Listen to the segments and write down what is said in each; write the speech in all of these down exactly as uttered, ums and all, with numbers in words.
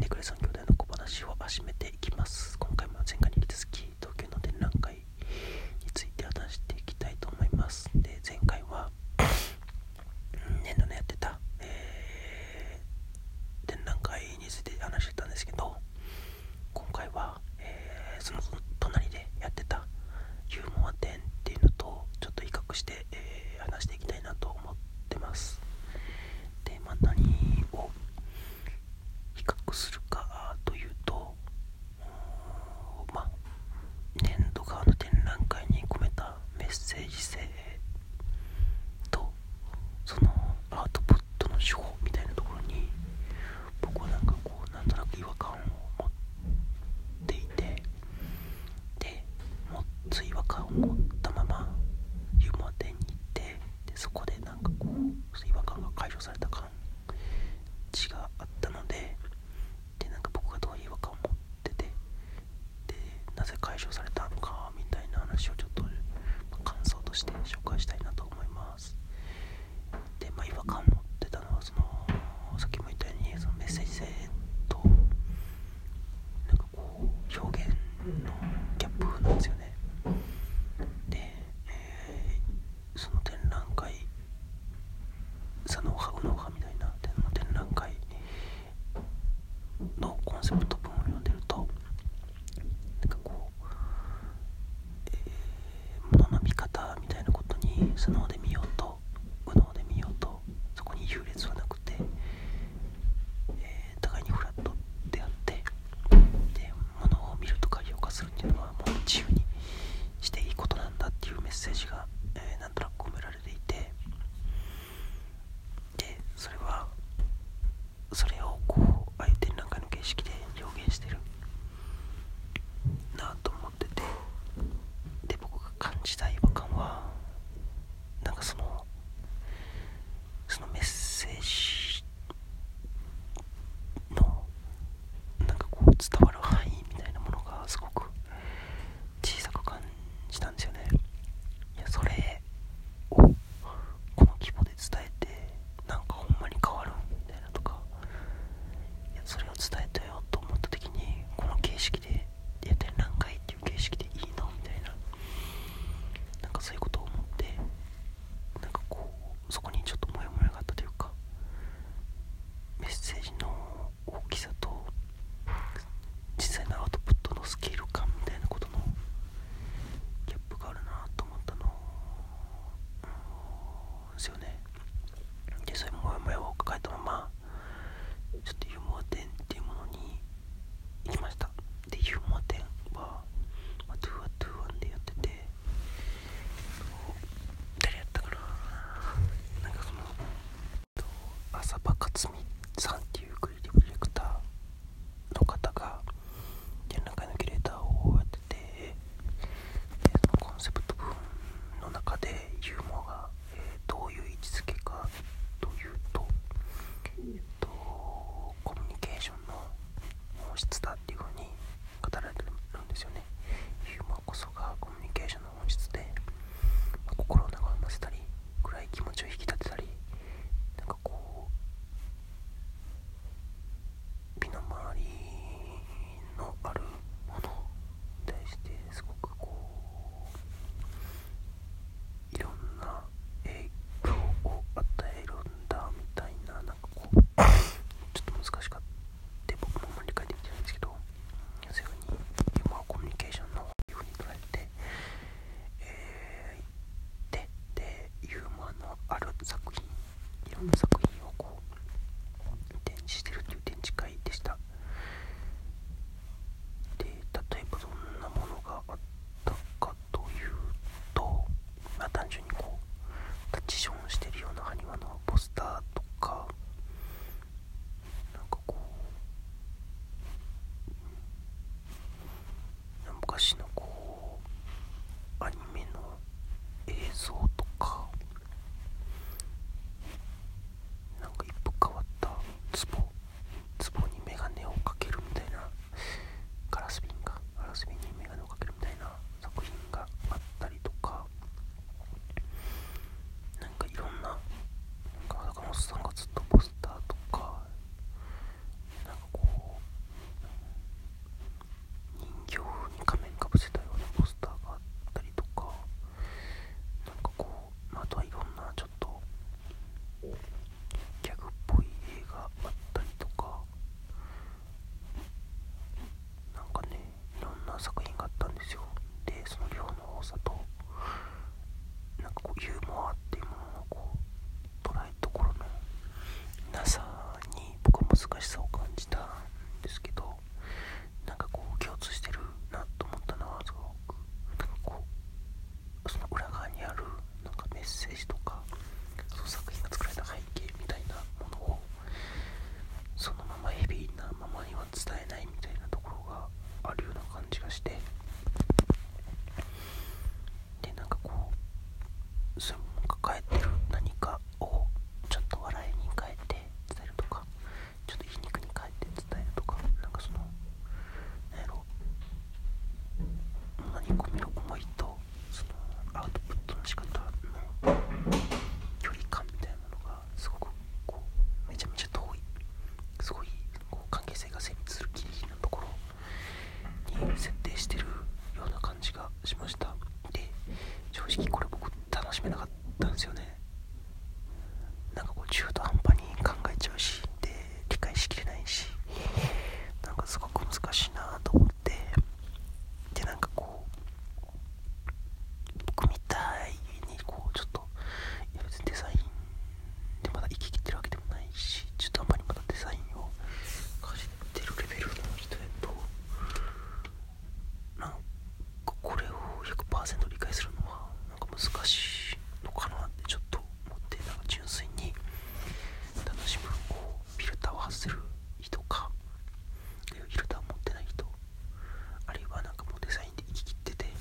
クレさん兄弟の小話を始めていきます。今回も前回に引き続き東京の展覧会について話していきたいと思います。で、前回は年度のやってた、えー、展覧会について話してたんですけど、今回は、えー、その隣でやってたユーモア展っていうのとちょっと比較して、えー、話していきたいなと思ってます。で、まあ、何を比較するかというと、まあ、年度側の展覧会に込めたメッセージ性とそのアウトプットの手法みたいなところに僕はなんかこうなんとなく違和感を持っていて、で持つ違和感を持ったままユーモア展に行って、でそこでなんかこう違和感が解消された感じがあったので、でなんか僕がどういう違和感を持ってて、でなぜ解消されたのかみたいな話をちょっと、まあ、感想として紹介したいなと思います。で、まあ、違和感を持ってたのはそのさっきも言ったようにそのメッセージ性となんかこう表現のギャップなんですよね。で、えー、その展覧会左脳派右脳派みたいな展覧会のコンセプト文を読んでると、なんかこう、えー、物の見方みたいなことに左脳で見ようと右脳で見ようとそこに優劣はなくて、えー、互いにフラットであって、で物を見るとか評価するっていうのはもう自由にしていいことなんだっていうメッセージが、えー、なんとなく込められていて、でそれはそれをこうああいう展覧会の形式で表現してるなと思ってて、で僕が感じた違和感はなんかそのそのメッセージのなんかこう伝わる範囲みたいなものがすごく小さく感じたんですよね。いやそれをこの規模で伝えてなんかほんまに変わるみたいなとか、いやそれを伝えたよと思った時にこの形式でいや展覧会っていう形式でいいのみたいな、なんかそういうことを思って、なんかこうそこにちょっとモヤモヤがあったというか、メッセージの大きさと実際のアウトプットのスケール感みたいなことのギャップがあるなと思ったのですよね。でそういうモヤモヤを抱えたままちょっとユーモア展っていうものに行きました。でユーモア展は、まあ、トゥーワントゥーワンでやってて、誰やったかな、なんかその浅場克美さんっていうクリエイティブディレクターの方が展覧会のキュレーターをやってて、でそのコンセプト部分の中でユーモアが、えー、どういう位置づけかというと、えっとコミュニケーションの本質だっていうふうに語られてるんですよね。ユーモアこそがコミュニケーションの本質で、まあ、心を和ませたり暗い気持ちを引き立てたり、なんかこう身の回りのあるものに対してすごくこういろんな影響を与えるんだみたいな、なんかこうちょっと難しかった僕も理解できてないんですけど、 しさを感じたんですけど、なんかこう共通してるなと思ったのは、すごくなんかこうその裏側にあるなんかメッセージとか、その作品が作られた背景みたいなものをそのままヘビーなままには伝えないみたいなところがあるような感じがして、でなんかこうそれも抱えてる何かをちょっと笑いに変えて伝えるとか、ちょっと皮肉に変えて伝えるとか、なんかそのなんやろ何込める思いとそのアウトプットの仕方の距離感みたいなものがすごくこうめちゃめちゃ遠い、すごいこう関係性が成立するギリギリのところに設定してるような感じがしました。で正直これ僕楽しめなかったんですよね。なんかこう中途半端に考えちゃうし、で理解しきれないし、なんかすごく難しいなと思って、でなんかこう僕みたいにこうちょっといや別にデザインでまだ行ききってるわけでもないし、中途半端にまだデザインをかじってるレベルの人やと、なんかこれを ひゃくパーセント 理解するのはなんか難しいのかなってちょっと思って、なんか純粋に楽しむこうフィルターを外せる人か、フィルターを持ってない人、あるいはなんかもうデザインで行ききってて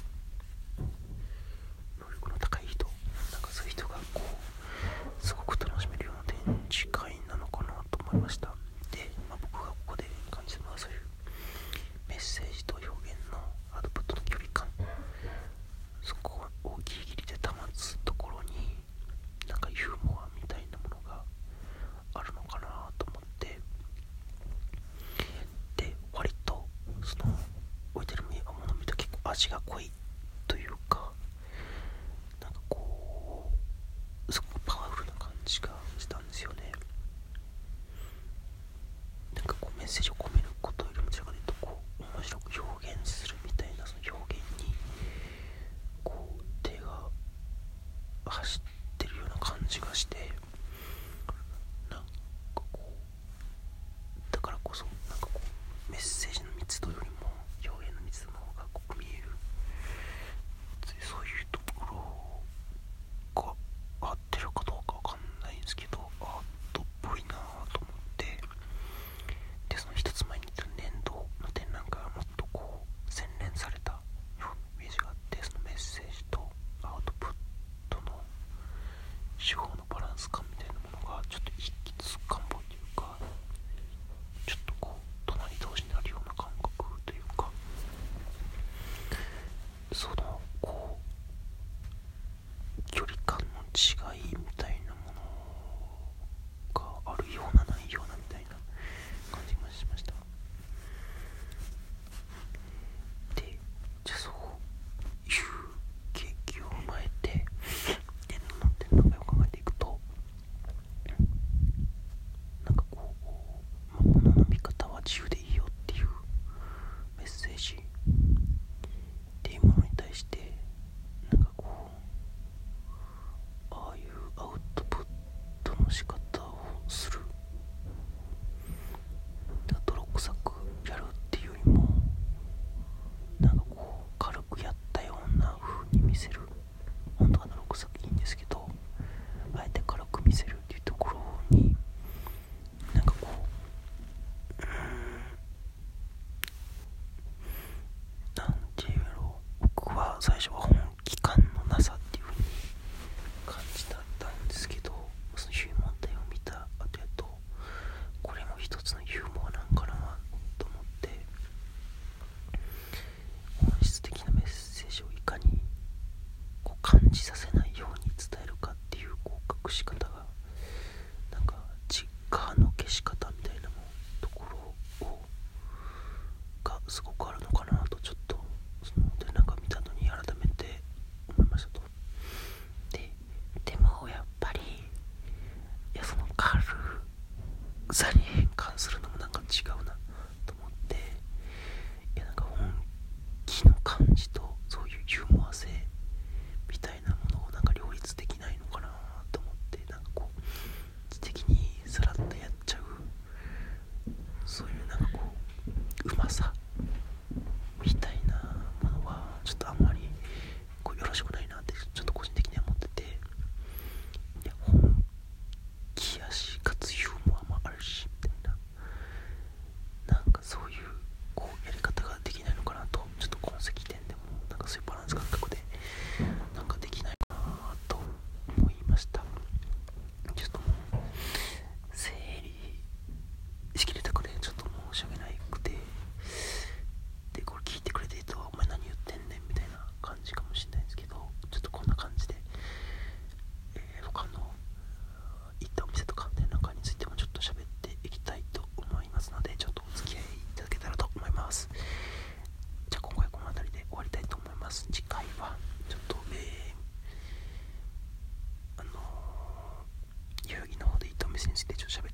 能力の高い人、なんかそういう人がこうすごく楽しめるような展示会なのかなと思いました。で、まあ、僕がここで感じたのはそういうメッセージと表現のアウトプットの距離感、そこをギリギリで保つところになんかユーモアみたいなものがあるのかなと思って、で割とその置いてるものを見たら結構味が濃いというか、なんかこうすごくパワフルな感じがしたんですよね。なんかこうメッセージを込めることよりもどちらかというとこう面白く表現するみたいな、その表現にこう手が走ってるような感じがして、なんかこうだからこそなんかこうメッセージの密度よりも表現の密度の方が濃く見える、そういうところが合ってるかどうかわかんないんですけど、アートっぽいなと思って、でその一つ前に言った粘土の展覧会はもっとこう洗練されたようなイメージがあって、そのメッセージとアウトプットの手法のバランス感みたいなものがちょっと一気通貫本というか、ちょっとこう隣同士になるような感覚というか、そのこう距離感の違いみたいなものがあるようなないようなみたいな感じがしました。でじゃあそういう経験を踏まえて展覧会を考えていくと、なんかこう物の見方は自由でいいよっていうメッセージっていうものに対して、なんかこうああいうアウトプットの仕方をする、泥臭くやるっていうよりも、なんかこう軽くやったような風に見せる、本当は泥臭くいいんですけどあえて軽く見せるっていうところに、なんかこううーんなんていうの、僕は最初は本気感のなさっていう風に感じだったんですけど、そのヒューマン体を見た後やとこれも一つのユーモアなんかなと思って、本質的なメッセージをいかにこう感じさせないように伝えるかっていうこう隠し方が、なんか実家の消し方みたいなもところをがすごくあるのかなと、ちょっとその展覧会見た後に改めて思いましたと。ででもやっぱりいやその軽さに変換するのもなんか違うなと思って、いやなんか本気の感じとそういうユーモア性みたいなものをなんか両立できないのかなと思って、なんかこう知的にさらっとやっちゃうメッセについてちょっと喋